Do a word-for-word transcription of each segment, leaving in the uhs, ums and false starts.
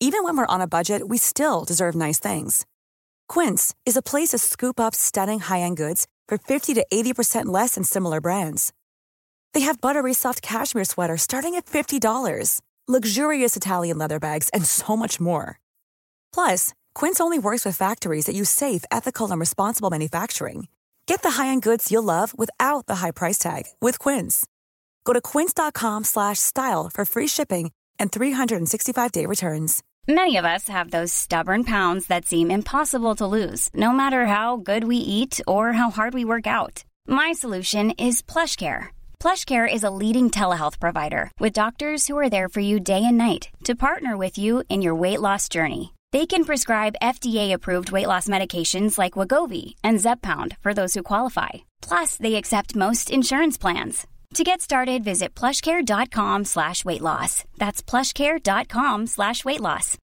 Even when we're on a budget, we still deserve nice things. Quince is a place to scoop up stunning high-end goods for fifty to eighty percent less than similar brands. They have buttery soft cashmere sweaters starting at fifty dollars, luxurious Italian leather bags, and so much more. Plus, Quince only works with factories that use safe, ethical, and responsible manufacturing. Get the high-end goods you'll love without the high price tag with Quince. Go to quince.com slash style for free shipping and three sixty-five day returns. Many of us have those stubborn pounds that seem impossible to lose, no matter how good we eat or how hard we work out. My solution is PlushCare. PlushCare is a leading telehealth provider with doctors who are there for you day and night to partner with you in your weight loss journey. They can prescribe F D A-approved weight loss medications like Wegovy and Zepbound for those who qualify. Plus, they accept most insurance plans. To get started, visit plushcare.com slash weight loss. That's plushcare.com slash weight loss.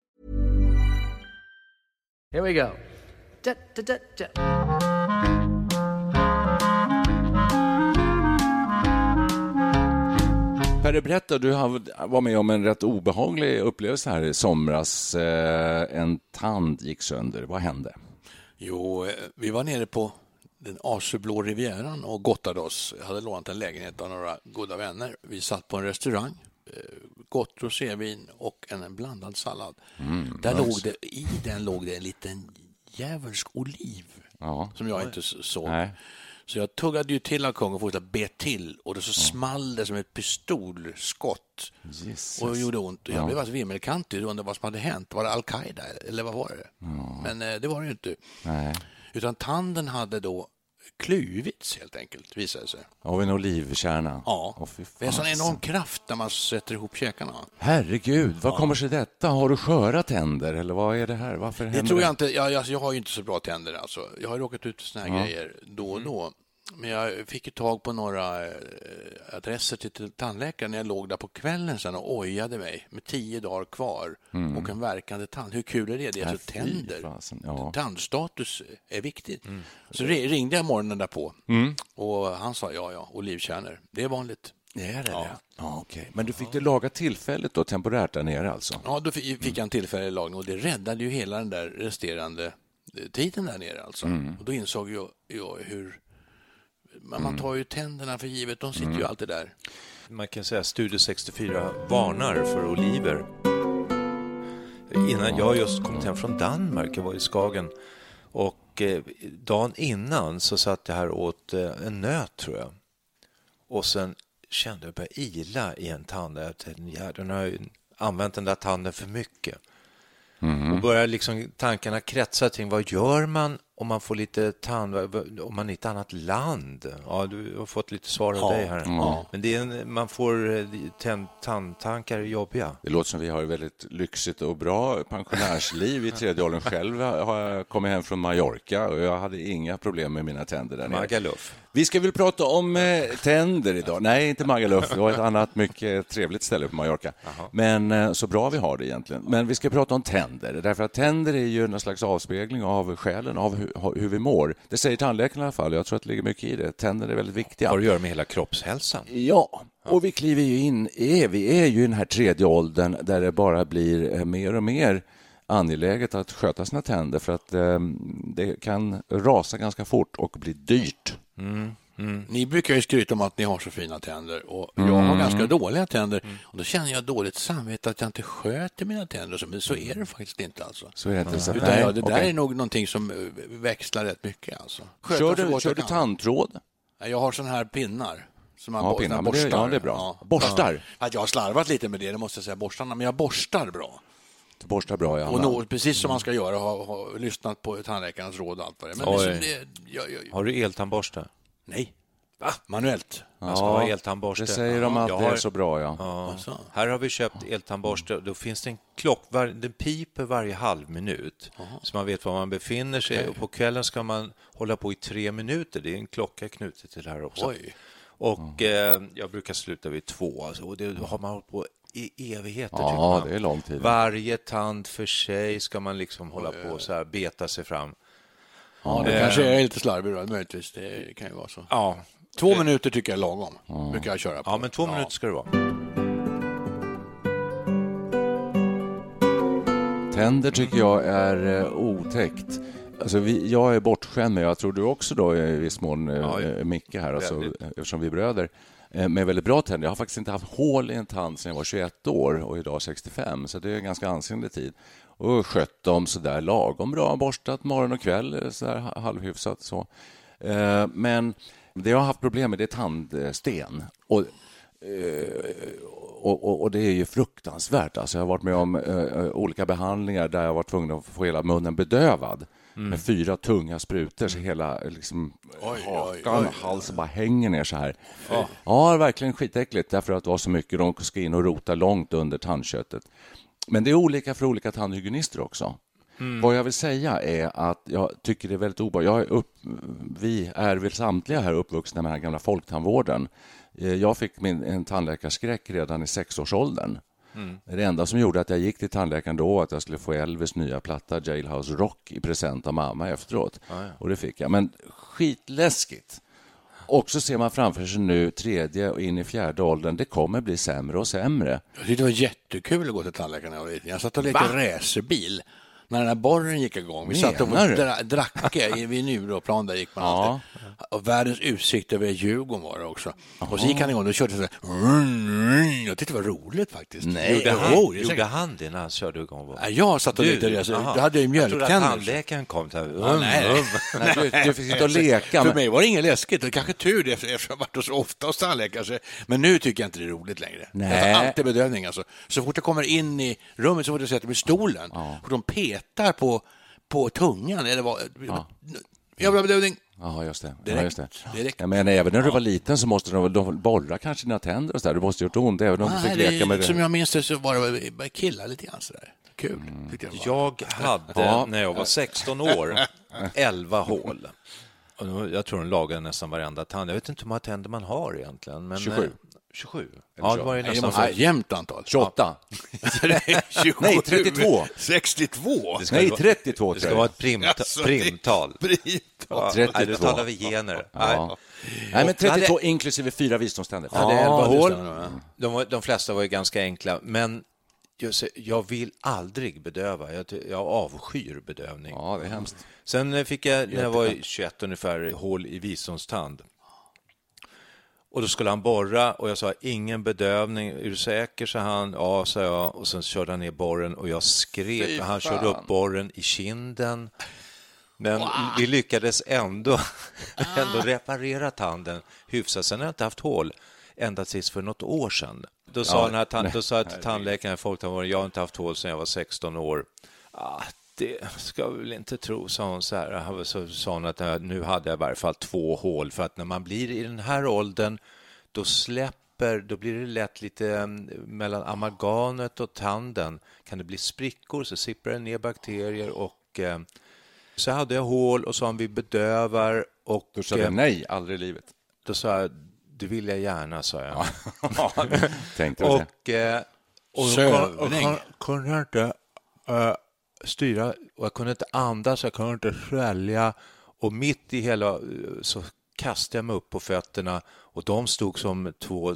Here we go. Da, da, da, da. Perre, berätta, du var med om en rätt obehaglig upplevelse här i somras. En tand gick sönder. Vad hände? Jo, vi var nere på den Arseblå rivieran och gottade oss. Jag hade lånat en lägenhet av några goda vänner. Vi satt på en restaurang, gott rosévin och en blandad sallad. Mm, Där låg det, I den låg det en liten djävulsk oliv, ja, som jag inte såg. Nej. Så jag tuggade ju till av kungen och fortsatte bet till. Och det så small det som ett pistolskott. Jesus. Och det gjorde ont. Jag ja. blev alltså vimmelkantig och undrade vad som hade hänt. Var det Al-Qaida eller vad var det? Ja. Men eh, det var det ju inte. Nej. Utan tanden hade då kluvits helt enkelt, visade sig. Av en olivkärna? Ja, oh, det är en sån enorm kraft när man sätter ihop käkarna. Herregud, vad ja. kommer sig detta? Har du sköra tänder eller vad är det här? Varför det tror jag inte. Jag, jag, jag har ju inte så bra tänder alltså. Jag har råkat ut för såna här ja. grejer då och då. Men jag fick ju tag på några eh, adresser till, till tandläkaren när jag låg där på kvällen sen och ojade mig med tio dagar kvar mm. och en verkande tand. Hur kul är det? Det är alltså tänder. Ja. Tandstatus är viktigt. Mm. Så ringde jag morgonen där på mm. och han sa ja, ja, olivkärnor. Det är vanligt. Det är det, ja. det. Ja, okay. Men du fick ja. det laga tillfälligt då, temporärt där nere alltså? Ja, då fick mm. jag en tillfällig lagning och det räddade ju hela den där resterande tiden där nere alltså. Mm. Och då insåg jag, jag hur... Men man tar ju tänderna för givet, de sitter mm. ju alltid där. Man kan säga att Studio sextiofyra varnar för oliver. Innan jag just kommit hem från Danmark, jag var i Skagen. Och eh, dagen innan så satt jag här åt eh, en nöt tror jag. Och sen kände jag börja ila i en tand. Jag tänkte, ja, den har använt den där tanden för mycket. Mm. Och börjar liksom tankarna kretsa kring vad gör man om man får lite tand, om man är i ett annat land. Ja, du har fått lite svar av ja. dig här. Ja. Men det är en, man får tänd, tandtankar jobbiga. Det låter som vi har ett väldigt lyxigt och bra pensionärsliv i tredje åldern. Själv har jag kommit hem från Mallorca och jag hade inga problem med mina tänder där nere. Magaluf. Vi ska väl prata om eh, tänder idag. Nej, inte Magaluf. Det var ett annat mycket trevligt ställe på Mallorca. Aha. Men eh, så bra vi har det egentligen. Men vi ska prata om tänder. Därför att tänder är ju någon slags avspegling av själen, av hur, hur vi mår. Det säger tandläkaren i alla fall. Jag tror att det ligger mycket i det. Tänder är väldigt viktiga. Har det att göra med hela kroppshälsan? Ja, och vi kliver ju in. Är, vi är ju i den här tredje åldern där det bara blir mer och mer angeläget att sköta sina tänder för att eh, det kan rasa ganska fort och bli dyrt. Mm. Mm. Ni brukar ju skryta om att ni har så fina tänder och jag har mm. ganska dåliga tänder mm. och då känner jag dåligt samvete att jag inte sköter mina tänder, men så är det faktiskt inte alltså. Så är det inte så. Utan nej, ja, det där okay. är nog någonting som växlar rätt mycket alltså. Kör du, kör du tandtråd? Jag har sån här pinnar. Som man ja, borstar. pinnar, borstar. Det, ja, det är bra. Ja. Borstar? Att jag har slarvat lite med det, det måste jag säga, borstarna, men jag borstar bra. Du borstar bra, ja. Och nå, precis som man ska göra, ha, ha lyssnat på tandläkarens råd och allt vad det är. Men det, det, jag, jag, har du eltandborste? Nej. Va? Manuellt? Man ska ja, ha eltandborste. Det säger de att det är så bra, ja. ja. Alltså. Här har vi köpt eltandborste. Då finns det en klock. Var, den piper varje halv minut. Aha. Så man vet var man befinner sig. Okay. Och på kvällen ska man hålla på i tre minuter. Det är en klocka knutet till det här också. Oj. Och mm. eh, jag brukar sluta vid två. Alltså, och det har man hållit på i evigheter. Ja, det är lång tid. Varje tand för sig ska man liksom hålla på och så här beta sig fram. Ja, det eh. kanske är lite slarvigt då, möjligtvis. Det kan ju vara så. Ja. Två minuter tycker jag är lagom. Mm. Brukar jag köra på. Ja, men två ja. minuter ska det vara. Tänder tycker jag är eh, otäckt. Alltså vi, jag är bortskämd med, jag tror du också då i viss mån, ja, eh, Micke här, alltså, eftersom vi är bröder, eh, med väldigt bra tänder. Jag har faktiskt inte haft hål i en tand sedan jag var tjugoett år och idag sextiofem, så det är en ganska ansenlig tid. Och skött dem så där lagom bra, borstat morgon och kväll, så där halvhyfsat så. Eh, men det jag har haft problem med det är tandsten. Och Och, och, och det är ju fruktansvärt. Alltså jag har varit med om uh, olika behandlingar där jag var tvungen att få hela munnen bedövad mm. med fyra tunga sprutor så hela liksom, oj, hakan och halsen bara hänger ner så här. Ja, ja verkligen skitäckligt därför att det var så mycket de ska in och rota långt under tandköttet. Men det är olika för olika tandhygienister också. Mm. Vad jag vill säga är att jag tycker det är väldigt obehagligt. Jag är upp, vi är väl samtliga här uppvuxna med den här gamla folktandvården. Jag fick min, en tandläkarskräck redan i sexårsåldern. Mm. Det enda som gjorde att jag gick till tandläkaren då att jag skulle få Elvis nya platta Jailhouse Rock i present av mamma efteråt. Ah, ja. Och det fick jag. Men skitläskigt. Och så ser man framför sig nu tredje och in i fjärde åldern. Det kommer bli sämre och sämre. Det var jättekul att gå till tandläkaren. Jag satt och lekte racerbil. När den här borren gick igång. Vi satt och dra- drack vid Nuroplan. Där gick man ja. alltid. Och världens utsikt över Djurgården var det också. Aha. Och så gick han igång och körde så där. Jag tyckte det var roligt faktiskt. Nej, gjorde han, oh, gjorde han det när han körde igång? Ja, jag satt och lekte det. Då hade jag mjölktänder. Jag trodde att tandläkaren kom till ja, nej. nej, du, du fick sitta och leka. För mig var det inget läskigt. Det är kanske tur det eftersom jag varit så ofta hos tandläkare. Men nu tycker jag inte det är roligt längre. Nej. Jag tar alltid bedövning. Alltså. Så fort jag kommer in i rummet så får jag sätta mig i stolen. Ja. Och de petar på, på tungan. Eller vad. Ja. Jag vill ha bedövning. Ja, just det. Direkt. Ja, just det. Jag menar, även när du var liten så måste de, de borra kanske dina tänder och så där. Du måste gjort ont även om du fick leka med det. Som jag minns det så var det bara killar lite grann så där. Kul. Mm. Jag, jag hade, ja. när jag var sexton år, elva hål. Och jag tror de lagade nästan varenda tand. Jag vet inte hur många tänder man har egentligen. Men tjugosju. tjugosju. Ja, det var ju nästan så jämnt antal. tjugoåtta. tjugosju. Nej, trettiotvå. sextiotvå. Nej, trettiotvå. Det ska vara ett primta- alltså, primtal. primtal. Ja, trettiotvå. Nej, då talar vi gener. Ja. Nej, men trettiotvå hade... inklusive fyra visdomständer. Ja, det är elva hål. De, de flesta var ju ganska enkla, men just, jag vill aldrig bedöva. Jag, jag avskyr bedövning. Ja, det är hemskt. Sen fick jag, när jag var tjugoett ungefär, hål i visdomstand. Och då skulle han borra och jag sa, ingen bedövning, är du säker? Så han, ja, sa jag. Och sen körde han ner borren och jag skrek och han körde upp borren i kinden. Men wow. vi lyckades ändå, ändå reparera tanden hyfsat. Sen har jag inte haft hål ända tills för något år sedan. Då sa, ja, den här tan- då sa jag till tandläkaren, folktandvården, jag har inte haft hål sedan jag var sexton år. Ah, det ska vi väl inte tro, sa hon så här. Så sa hon att nu hade jag i varje fall två hål. För att när man blir i den här åldern, då släpper, då blir det lätt lite mellan amalgamet och tanden. Kan det bli sprickor så sipprar det ner bakterier och eh, så hade jag hål och så han vi bedövar. Och då sa du nej, aldrig i livet. Då sa jag, det vill jag gärna, sa jag. Ja, tänkte och, och, eh, och, och, och, och kunde jag inte uh, styra och jag kunde inte andas, jag kunde inte svälja och mitt i hela så kastade jag mig upp på fötterna och de stod som två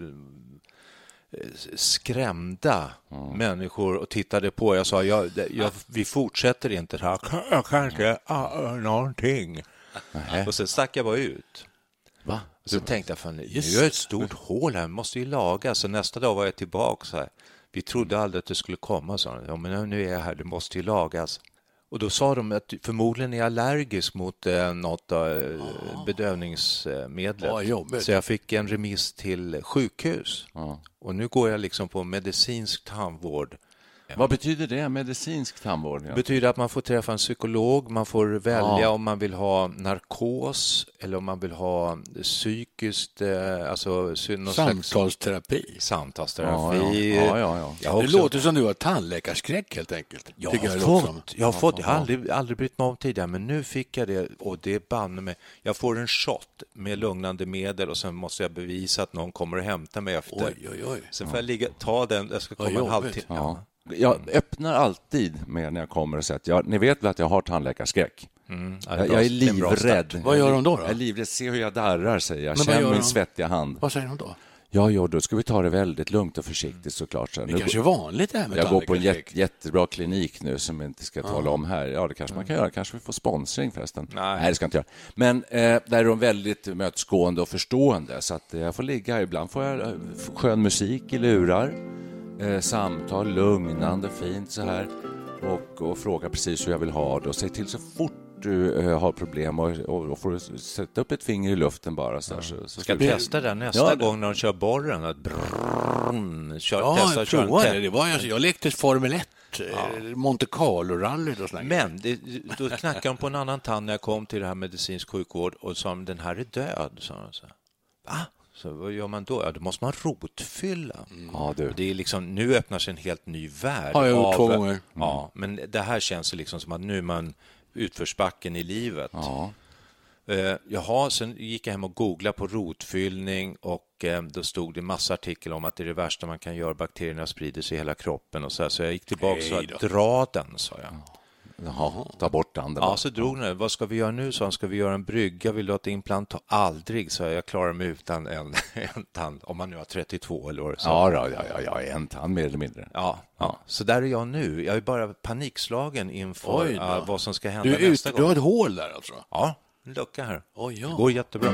skrämda mm. människor och tittade på. Jag sa, jag, jag, vi fortsätter inte här. Jag kan inte uh, någonting. Mm. Och sen stack jag bara ut. Va? Och så tänkte jag, fan, nu är ett stort hål här, måste ju laga. Så nästa dag var jag tillbaka så här. Vi trodde aldrig att det skulle komma, så. Ja, men nu är jag här, det måste ju lagas. Och då sa de att förmodligen är jag allergisk mot eh, något eh, oh. bedövningsmedlet. Oh, så jag fick en remiss till sjukhus. Oh. Och nu går jag liksom på medicinsk tandvård. Vad betyder det, medicinsk tandvård? Det betyder att man får träffa en psykolog, man får välja ja. om man vill ha narkos eller om man vill ha psykiskt, alltså samtalsterapi. Slags... Samtalsterapi. Ja, ja. Ja, ja, ja. Det låter som du har tandläkarskräck helt enkelt. Jag har jag fått, jag har fått, jag har aldrig, aldrig brytt mig om tidigare, men nu fick jag det och det banne mig. Jag får en shot med lugnande medel och sen måste jag bevisa att någon kommer och hämta mig efter. Oj, oj, oj. Sen får jag ligga, ta den, jag ska komma oj, en halvtimme. Ja. Jag öppnar alltid med när jag kommer och säger att jag, ni vet väl att jag har tandläkarskräck. Mm. Ja, jag, jag är livrädd. Vad gör de då, då? Jag är livrädd. Se hur jag darrar, säger jag. Känn min svettiga hand. Vad säger de då? Ja, ja, då ska vi ta det väldigt lugnt och försiktigt såklart. Så det nu kanske är vanligt det här med jag går på en jätte, jättebra klinik nu som vi inte ska ja. tala om här. Ja, det kanske man kan göra. Kanske vi får sponsring förresten. Nej, Nej det ska jag inte göra. Men eh, där är de väldigt mötesgående och förstående. Så att jag får ligga. Ibland får jag eh, skön musik i lurar. Eh, samtal, lugnande, fint så här. Och, och fråga precis hur jag vill ha det. Och säg till så fort du uh, har problem och, och, och får sätta upp ett finger i luften bara. Så, ja. så, så ska ska testa det nästa ja, gång när de kör borren. Att brrrr, kör, ja, testa, jag kör provade det. det var, jag, jag lekte Formel ett, ja. Monte Carlo-rallyt och sådär. Men det, då knackade de på en annan tand när jag kom till det här medicinsk sjukvård och sa den här är död. Så, så. Va? Så vad gör man då? Ja, då måste man rotfylla. Mm. Ja, du. Det är liksom, nu öppnar sig en helt ny värld. Har jag gjort av, två gånger. Ja, men det här känns liksom som att nu är man utförsbacken i livet. Ja. Uh, jaha, sen gick jag hem och googlade på rotfyllning och uh, då stod det massa artikel om att det är det värsta man kan göra. Bakterierna sprider sig i hela kroppen och så här. Så jag gick tillbaka och sa, dra den, sa jag. Jaha, ta bort den. Ja, så drog den. Vad ska vi göra nu? Så ska vi göra en brygga? Vill du ha ett implant? Aldrig, så jag. Jag klarar mig utan en, en tand. Om man nu har trettiotvå eller år. Så. Ja, ja, ja, ja, en tand mer eller mindre. Ja, ja, så där är jag nu. Jag är bara panikslagen inför uh, vad som ska hända du nästa ut, gång. Du har ett hål där alltså? Ja, en lucka här. Oh, ja. Det går jättebra.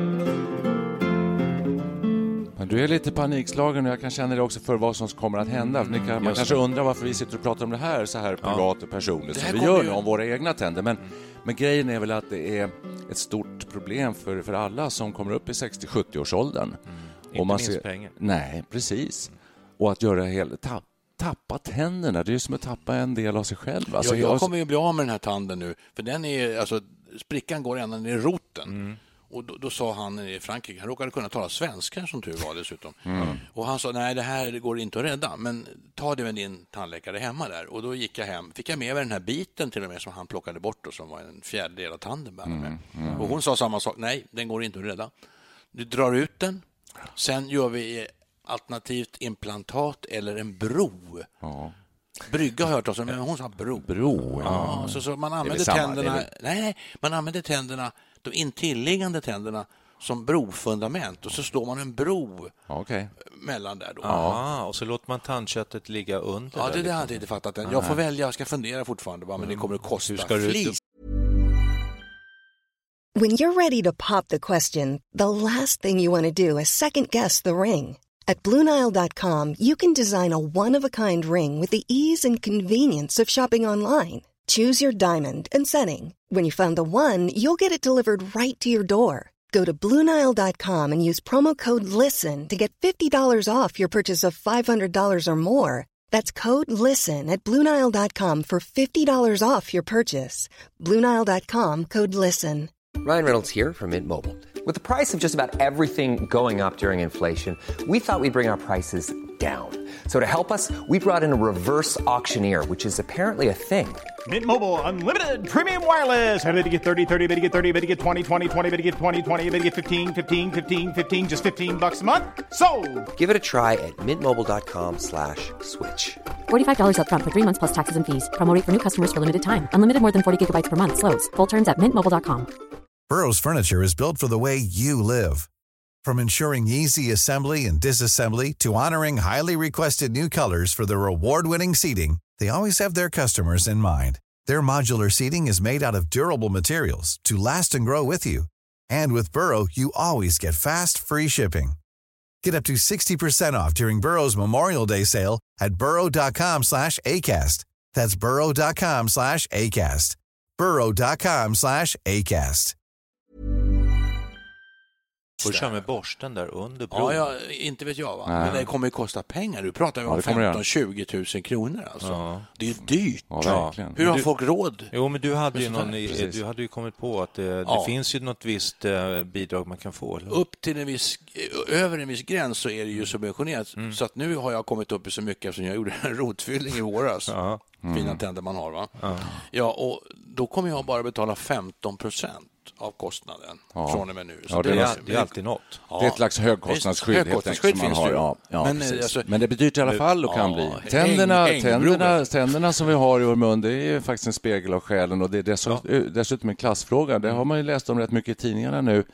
Men du är lite panikslagen och jag kan känna det också för vad som kommer att hända. Ni kan, man kanske undrar varför vi sitter och pratar om det här så här privat ja. och personligt som vi gör nu om våra egna tänder. Men, mm. men grejen är väl att det är ett stort problem för, för alla som kommer upp i sextio-sjuttio-årsåldern. Mm. Och Inte man minst ser, pengar. Nej, precis. Mm. Och att göra hela... Tapp, tappa tänderna, det är ju som att tappa en del av sig själv. Alltså, ja, jag jag kommer ju bli av med den här tanden nu. För den är, alltså, sprickan går ända ner i roten. Mm. Och då, då sa han i Frankrike, han råkade kunna tala svenska som tur var dessutom. Mm. Och han sa, nej det här går inte att rädda, men ta det med din tandläkare hemma där. Och då gick jag hem, fick jag med mig den här biten till och med som han plockade bort och som var en fjärdedel av tanden bara med. Mm. Mm. Och hon sa samma sak, nej den går inte att rädda. Du drar ut den, sen gör vi alternativt implantat eller en bro. Ja. Brygga har jag hört också, men hon sa bro. Bro, ja. ja så, så man använder tänderna, väl... nej, nej, man använder tänderna, de intilliggande tänderna som brofundament och så slår man en bro okay. mellan där då. Ja, och så låter man tandköttet ligga under. Ja, det, där, det hade jag inte fattat än. Jag får välja, jag ska fundera fortfarande, men det kommer att kosta flis. When you're ready to pop the question, the last thing you want to do is second guess the ring. At Blue Nile dot com, you can design a one-of-a-kind ring with the ease and convenience of shopping online. Choose your diamond and setting. When you find the one, you'll get it delivered right to your door. Go to Blue Nile dot com and use promo code LISTEN to get fifty dollars off your purchase of five hundred dollars or more. That's code LISTEN at Blue Nile dot com for fifty dollars off your purchase. Blue Nile dot com, code LISTEN. Ryan Reynolds here from Mint Mobile. With the price of just about everything going up during inflation, we thought we'd bring our prices down. So to help us, we brought in a reverse auctioneer, which is apparently a thing. Mint Mobile Unlimited Premium Wireless. How to get thirty, thirty, how to get thirty, how to get twenty, twenty, twenty, how to get twenty, twenty, how to get fifteen, fifteen, fifteen, fifteen, just fifteen bucks a month? Sold! Give it a try at mintmobile.com slash switch. forty-five dollars up front for three months plus taxes and fees. Promo rate for new customers for limited time. Unlimited more than forty gigabytes per month. Slows full terms at mint mobile dot com. Burrow's furniture is built for the way you live. From ensuring easy assembly and disassembly to honoring highly requested new colors for their award-winning seating, they always have their customers in mind. Their modular seating is made out of durable materials to last and grow with you. And with Burrow, you always get fast, free shipping. Get up to sixty percent off during Burrow's Memorial Day sale at burrow.com slash ACAST. That's burrow.com slash ACAST. burrow.com slash ACAST. Får köra med borsten där under bron. Ja, ja, inte vet jag va. Nej. Men det kommer ju kosta pengar. Du pratar ju om ja, femton till tjugo tusen kronor alltså. Ja. Det är ju dyrt. Ja, verkligen. Hur har du, folk råd? Jo, men du hade ju någon, du hade ju kommit på att det, ja. det finns ju något visst uh, bidrag man kan få. Eller? Upp till en viss, över en viss gräns så är det ju subventionerat. Mm. Så att nu har jag kommit upp i så mycket eftersom jag gjorde en rotfyllning i våras. Ja. Mm. Fina tänder man har va. Ja. ja, och då kommer jag bara betala femton procent av kostnaden ja. från och med nu. Så ja, det, det, är, det är alltid något. Ja. Det är ett slags högkostnadsskydd, högkostnadsskydd man har. Ja, ja, men, alltså, men det betyder i alla fall och kan ja, bli. Tänderna, äng, tänderna, tänderna som vi har i vår mun, det är faktiskt en spegel av själen och det är dessutom, ja. dessutom en klassfråga. Det har man ju läst om rätt mycket i tidningarna nu.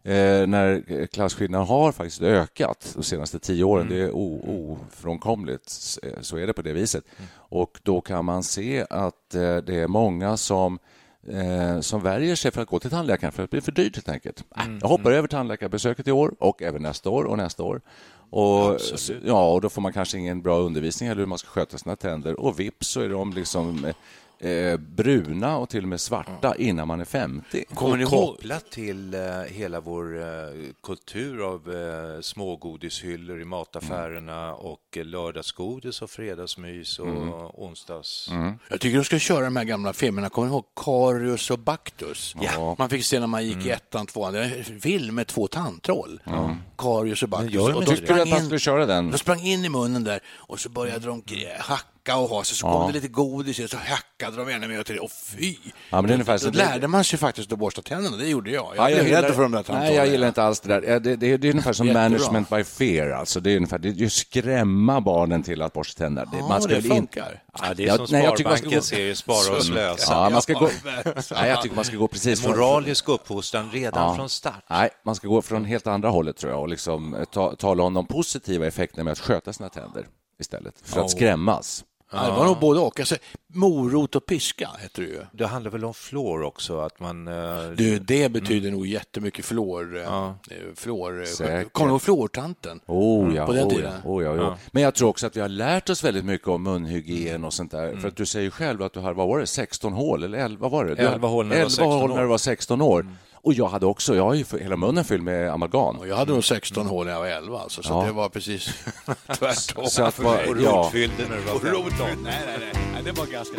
eh, när klasskillnaden har faktiskt ökat de senaste tio åren. Mm. Det är o- ofrånkomligt, så är det på det viset. Mm. Och då kan man se att eh, det är många som Eh, som värjer sig för att gå till tandläkaren för att det blir för dyrt helt enkelt. Mm. Jag hoppar mm. över tandläkarbesöket i år och även nästa år och nästa år. Och, ja, och då får man kanske ingen bra undervisning eller hur man ska sköta sina tänder. Och vips så är de liksom eh, bruna och till och med svarta mm. innan man är femtio. Kommer ni kopplat till eh, hela vår eh, kultur av eh, smågodishyllor i mataffärerna mm. och eh, lördagsgodis och fredagsmys och mm. onsdags. Mm. Jag tycker de ska köra de här gamla filmerna. Kommer ni ihåg Karius och Baktus? Ja. Man fick se när man gick mm. i ettan, tvåan. Det är en film med två tandtroll. Mm. Karius och Baktus. Och de sprang, att man skulle köra den. de sprang in i munnen där och så började de hacka och ha sig, så kom ja. det lite godis och så hackade de ännu mer till det. Och fy! Ja, men det är ungefär så då lärde det... man sig faktiskt att borsta tänderna. Det gjorde jag. Jag, ja, jag, jag, gillar... för de där Nej, jag gillar inte alls det där. Det, det, det, det är ungefär som Jättebra. management by fear. Alltså, det är ungefär det är ju skrämma barnen till att borsta tänderna. Ja, man ska det funkar. In... Ja, det är som nej, Sparbanken säger, spara och slösa. Ja, man ska gå... Nej, jag tycker man ska gå precis från... Moralisk uppfostran redan ja. från start. Nej, man ska gå från helt andra hållet tror jag och liksom ta, tala om de positiva effekterna med att sköta sina tänder istället för att skrämmas. Ja, det var nog både och. Alltså, morot och piska heter det ju. Det handlar väl om fluor också? Att man, uh... det, det betyder mm. nog jättemycket fluor. Ja. fluor. Kommer du ihåg fluortanten? Oh ja, på den oh, tiden? Ja, oh, ja, ja. Men jag tror också att vi har lärt oss väldigt mycket om munhygien och sånt där. Mm. För att du säger själv att du har, vad var det, sexton hål eller elva var det? elva hål när, elva hål när du var sexton år. Mm. Och jag hade också, jag har ju hela munnen fylld med amalgam. Och jag hade nog sexton mm. hål när jag var elva, alltså, så ja. det var precis tvärtom. Så att var, och rotfyllde ja. när du var femton. Nej, nej, nej, nej, det var ganska...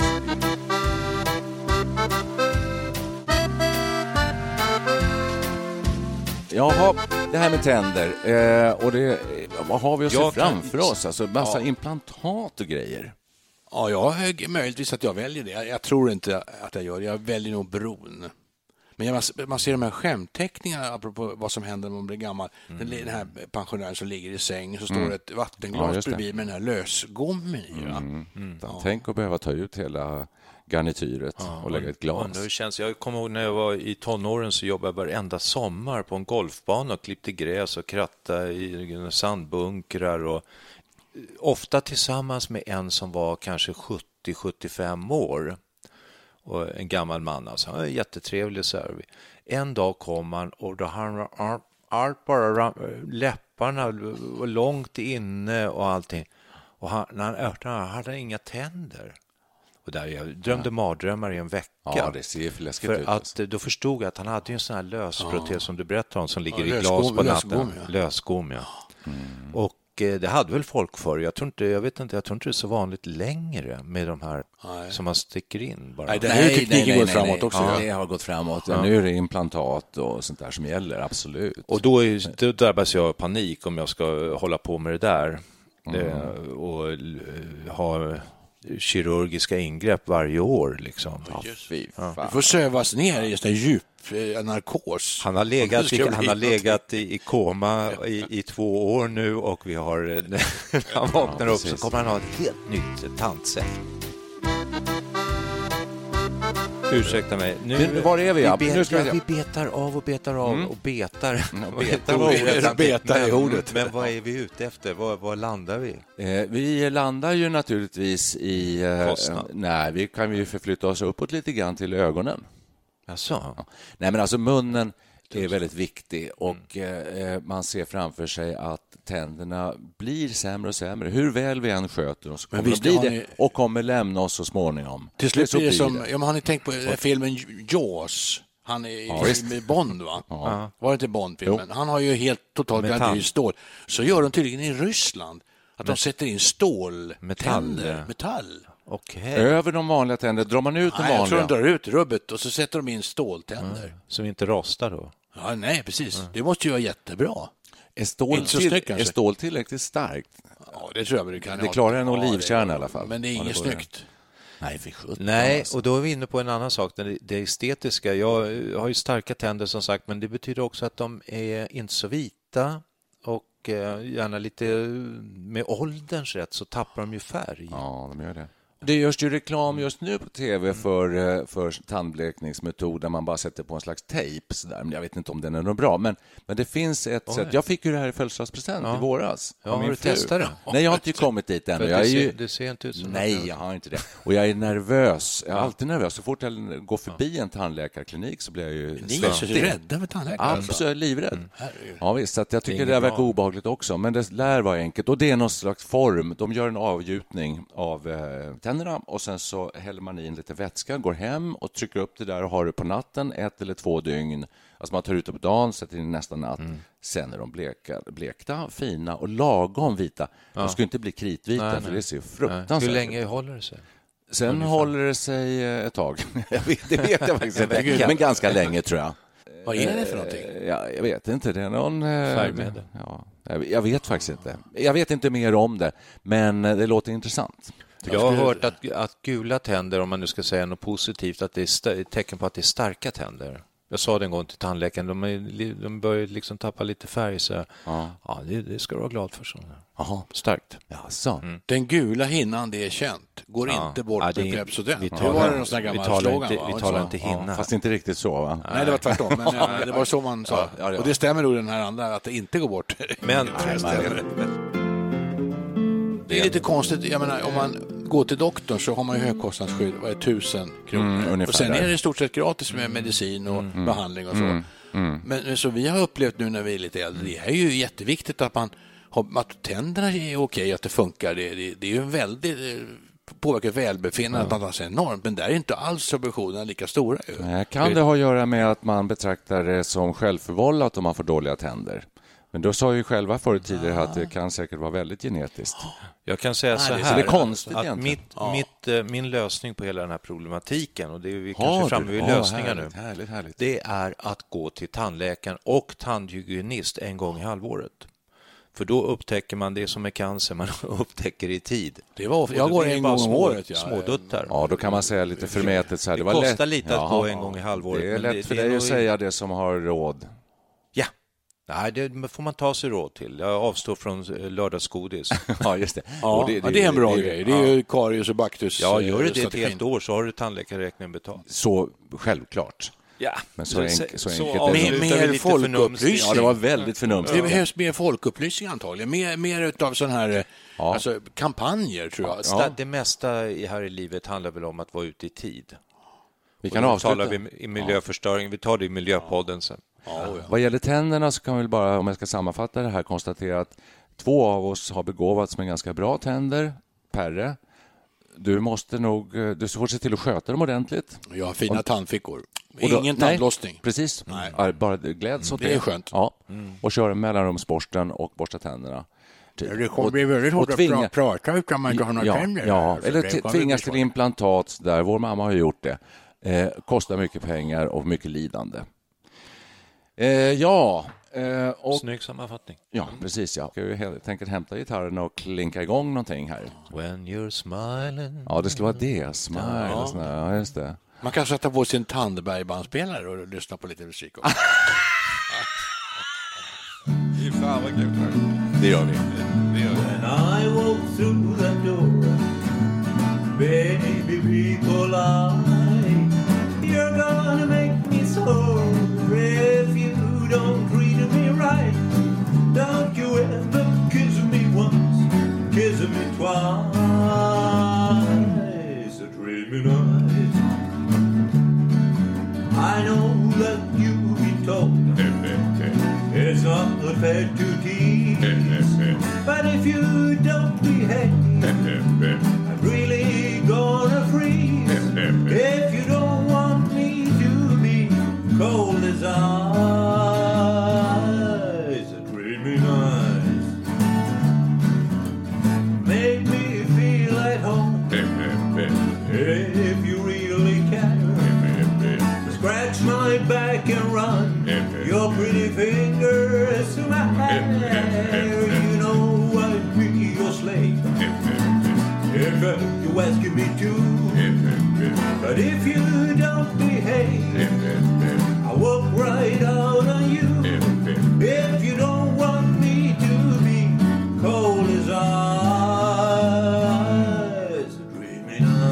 Jaha, det här med tänder. Eh, och det, vad har vi att se framför oss? Alltså massa ja. implantat och grejer. Ja, jag, möjligtvis att jag väljer det. Jag, jag tror inte att jag gör det. Jag väljer nog bron. Men jag, man ser de här skämteckningarna apropå vad som händer när man blir gammal. Mm. Den, den här pensionären som ligger i säng så står mm. ett vattenglas ja, bredvid med den här lösgommen i. Mm. Mm. Ja. Tänk att behöva ta ut hela garnityret ja, och lägga ett glas. Det känns, jag kommer ihåg när jag var i tonåren så jobbade jag varenda sommar på en golfbana och klippte gräs och kratta i sandbunkrar och ofta tillsammans med en som var kanske sjuttio till sjuttiofem år. Och en gammal man, alltså. Han är jättetrevlig så här. En dag kom han och då han allt bara läpparna var långt inne och allting. Och han, när han öppnade hade han inga tänder. Och där jag drömde ja. mardrömmar i en vecka. Ja, det ser för läskigt för ut. Att, då förstod jag att han hade en sån här lösprotes ja. som du berättade om som ligger ja, i glas på natten. Lösgom, ja. Lösgom, ja. Mm. Och det hade väl folk för. Jag tror inte, jag vet inte, jag tror inte det är så vanligt längre med de här nej. som man sticker in bara. Nej, det här är tekniken gått framåt också. Ja, det har gått framåt. Ja. Nu är det implantat och sånt där som gäller, absolut. Och då, är, då drabbas jag av panik om jag ska hålla på med det där. Mm. Det, och ha kirurgiska ingrepp varje år liksom. Ja, ja. Du får sövas ner i just en djup narkos. Han har legat, i, han har legat i, i koma i, i två år nu och vi har när han vaknar ja, upp så kommer han ha ett helt nytt tandsätt. Ursäkta mig. Nu, nu var är vi? Ja. Vi, betar, nu ska vi, vi betar av och betar av mm. och betar. Och betar och betar, betar i ordet. Men vad är vi ute efter? Vad, vad landar vi? Eh, vi landar ju naturligtvis i... Eh, nej, vi kan ju förflytta oss uppåt lite grann till ögonen. Jaså? Ja. Nej, men alltså munnen är väldigt viktig och mm. eh, man ser framför sig att tänderna blir sämre och sämre. Hur väl vi än sköter oss kommer de bli det ni... och kommer lämna oss så småningom. Till slut blir det som, ja, men har ni tänkt på och... filmen Jaws? Han är ja, med Bond, va? Ja. Var det inte Bond-filmen? Jo. Han har ju helt totalt garderat stål. Så gör de tydligen i Ryssland. Att de sätter in stål, metall. metall. Okay. Över de vanliga tänderna drar man ut de nej, vanliga. Jag tror de drar ut rubbet och så sätter de in ståltänder. Mm. Som inte rostar då? Ja, nej, precis. Mm. Det måste ju vara jättebra. Är stål, till, snyggt, är stål tillräckligt starkt? Ja, det tror jag det kan. Det klarar en olivkärna i alla fall. Men det är inget ja, snyggt. Nej, för sjutton. Nej, och då är vi inne på en annan sak, det estetiska. Jag har ju starka tänder som sagt, men det betyder också att de är inte så vita och gärna lite med ålderns rätt så tappar de ju färg. Ja, de gör det. Det görs ju reklam just nu på tv för, för tandblekningsmetod där man bara sätter på en slags tejp. Där. Jag vet inte om den är något bra, men, men det finns ett Oj. sätt. Jag fick ju det här i födelsedagspresent ja. i våras. Ja, har du testat det? Nej, jag har inte kommit dit ännu. Jag är ju... Det ser inte ut som Nej, jag har inte det. Och jag är nervös. Jag är alltid nervös. Så fort jag går förbi en tandläkarklinik så blir jag ju Ni är så rädda för tandläkare? Absolut, alltså. Jag är livrädd. Mm. Ja, visst, så att jag tycker det, det verkar obehagligt också. Men det lär vara enkelt. Och det är någon slags form. De gör en avgjutning av eh, tänderna och sen så häller man in lite vätska, går hem och trycker upp det där och har det på natten, ett eller två dygn. Alltså man tar ut det på dagen, sätter in nästa natt. Mm. Sen är de bleka, blekta, fina och lagom vita. Ja. De ska inte bli kritvita, nej, för nej. det ser fruktansvärt. Hur länge håller det sig? Sen ungefär. Håller det sig ett tag. jag vet, det vet jag faktiskt inte, men ganska länge tror jag. Vad är det för någonting? Ja, jag vet inte. Det är någon... Färgmedel. Ja, jag vet faktiskt inte. Jag vet inte mer om det, men det låter intressant. Jag har hört att, att gula tänder, om man nu ska säga något positivt, att det är ett tecken på att det är starka tänder. Jag sa det en gång till tandläkaren, de, är, de börjar liksom tappa lite färg. Så ja, ja det, det ska du vara glad för. Så. Aha. Starkt. Jaså. Mm. Den gula hinnan, det är känt. Går ja. inte bort ja, med Prepsodent. Vi talar, det var vi talar slogan, inte, vi talar inte hinna. Ja, fast inte riktigt så, va? Nej, det var tvärtom. Men ja, det var så man sa. Ja, ja, ja. Och det stämmer nog den här andra, att det inte går bort. Men... Det är lite konstigt, jag menar, om man går till doktorn så har man ju högkostnadsskydd, vad är tusen kronor. Mm, och sen är det i stort sett gratis med medicin och mm, behandling och så. Mm, mm. Men så vi har upplevt nu när vi är lite äldre, det är ju jätteviktigt att man har, att tänderna är okej, att det funkar. Det, det, det är ju väldigt påverkar välbefinnandet ja. Att enormt, men där är inte alls subventionerna lika stora. Nej, kan det ha att göra med att man betraktar det som självförvållat om man får dåliga tänder? Men då sa ju själva förut tidigare att det kan säkert vara väldigt genetiskt. Jag kan säga så här, så det är konstigt att mitt, ja. mitt, min lösning på hela den här problematiken, och det är vi kanske är framme vid ja, lösningar härligt, nu, härligt, härligt. det är att gå till tandläkaren och tandhygienist en gång i halvåret. För då upptäcker man det som är cancer, man upptäcker i tid. Det var, jag går en gång om året. Ja. Småduttar. Ja, då kan man säga lite förmätet så här. Det, det var kostar lätt. lite att Jaha, gå en gång i halvåret. Det är lätt det, för det dig att säga det som har råd. Ja. Nej, det får man ta sig råd till. Jag avstår från lördagsgodis. Ja, just det. Ja, och det, det, det är en bra det, grej. Det är ju Karius och Baktus. Ja, gör det ett helt år så har du tandläkarräkningen betalt. Så självklart. Ja, men så, enk, så, så enkelt är det. Mer, mer folkupplysning. Ja, det var väldigt förnumstigt. Det behövs mer folkupplysning antagligen. Mer, mer utav sån här ja. alltså, kampanjer, tror jag. Ja. Det mesta här i livet handlar väl om att vara ute i tid. Vi kan avsluta. Vi i miljöförstöring. Ja. Vi tar det i miljöpodden sen. Ja, ja. Vad gäller tänderna så kan vi väl bara, om jag ska sammanfatta det här, konstatera att två av oss har begåvats med ganska bra tänder. Perre, du måste nog, du får se till att sköta dem ordentligt. Jag har fina och, tandfickor. Ingen och då, tandlossning. Nej, precis. Nej. Bara gläds åt det. Det är skönt. Ja. Mm. Och köra mellanrumsborsten och borsta tänderna. Det kommer bli väldigt hårt tvinga... att prata utan man inte har några ja, tänder. Ja, eller t- tvingas till implantat där. Vår mamma har gjort det. Eh, kostar mycket pengar och mycket lidande. Eh, ja. Eh, och... Snygg sammanfattning. Ja, precis. Ja. Jag tänker hämta gitarren och klinka igång någonting här. When you're smiling. Ja, det skulle vara det. Smile. Ja. Ja, just det. Man kan sätta på sin Tandbergbandspelare och lyssna på lite musik också. Fan vad kul. Det gör vi. Det gör vi. When I walk through that door, baby people lie, you're gonna make me sore if you don't treat me right. Don't you ever kiss me once, kiss me twice, a dreamy night. I know that you've been told it's not fair to tease, but if you don't behave, I'm really gonna freeze. If you don't want me to be cold as ice, treat me nice, make me feel at home. If you really can, scratch my back and run your pretty fingers to my hair. You know I'd be your slave if you ask me to. But if you don't behave, I walk right out on you. If you don't want me to be cold as ice, dream me nice.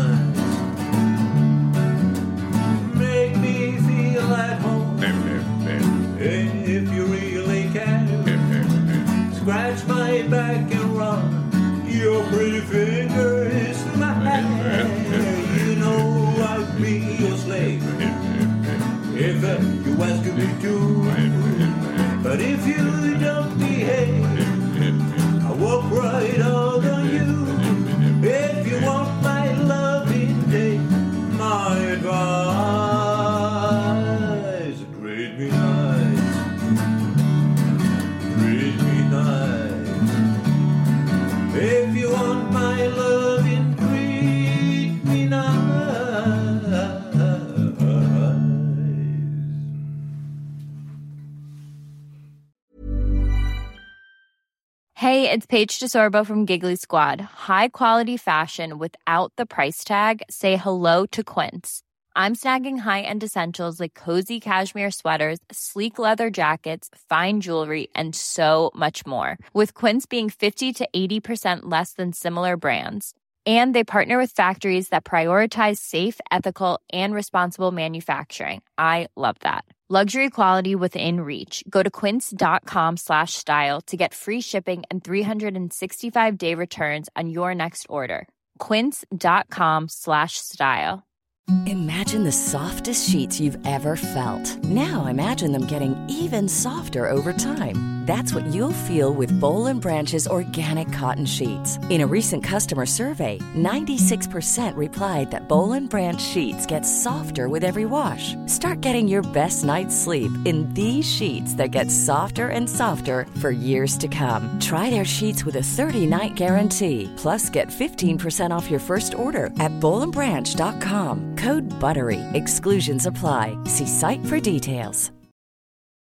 Hey, it's Paige DeSorbo from Giggly Squad. High quality fashion without the price tag. Say hello to Quince. I'm snagging high-end essentials like cozy cashmere sweaters, sleek leather jackets, fine jewelry, and so much more. With Quince being fifty to eighty percent less than similar brands. And they partner with factories that prioritize safe, ethical, and responsible manufacturing. I love that. Luxury quality within reach. Go to quince.com slash style to get free shipping and three sixty-five day returns on your next order. Quince.com slash style. Imagine the softest sheets you've ever felt. Now imagine them getting even softer over time. That's what you'll feel with Boll and Branch's organic cotton sheets. In a recent customer survey, ninety-six percent replied that Boll and Branch sheets get softer with every wash. Start getting your best night's sleep in these sheets that get softer and softer for years to come. Try their sheets with a thirty-night guarantee. Plus, get fifteen percent off your first order at boll and branch dot com. Code BUTTERY. Exclusions apply. See site for details.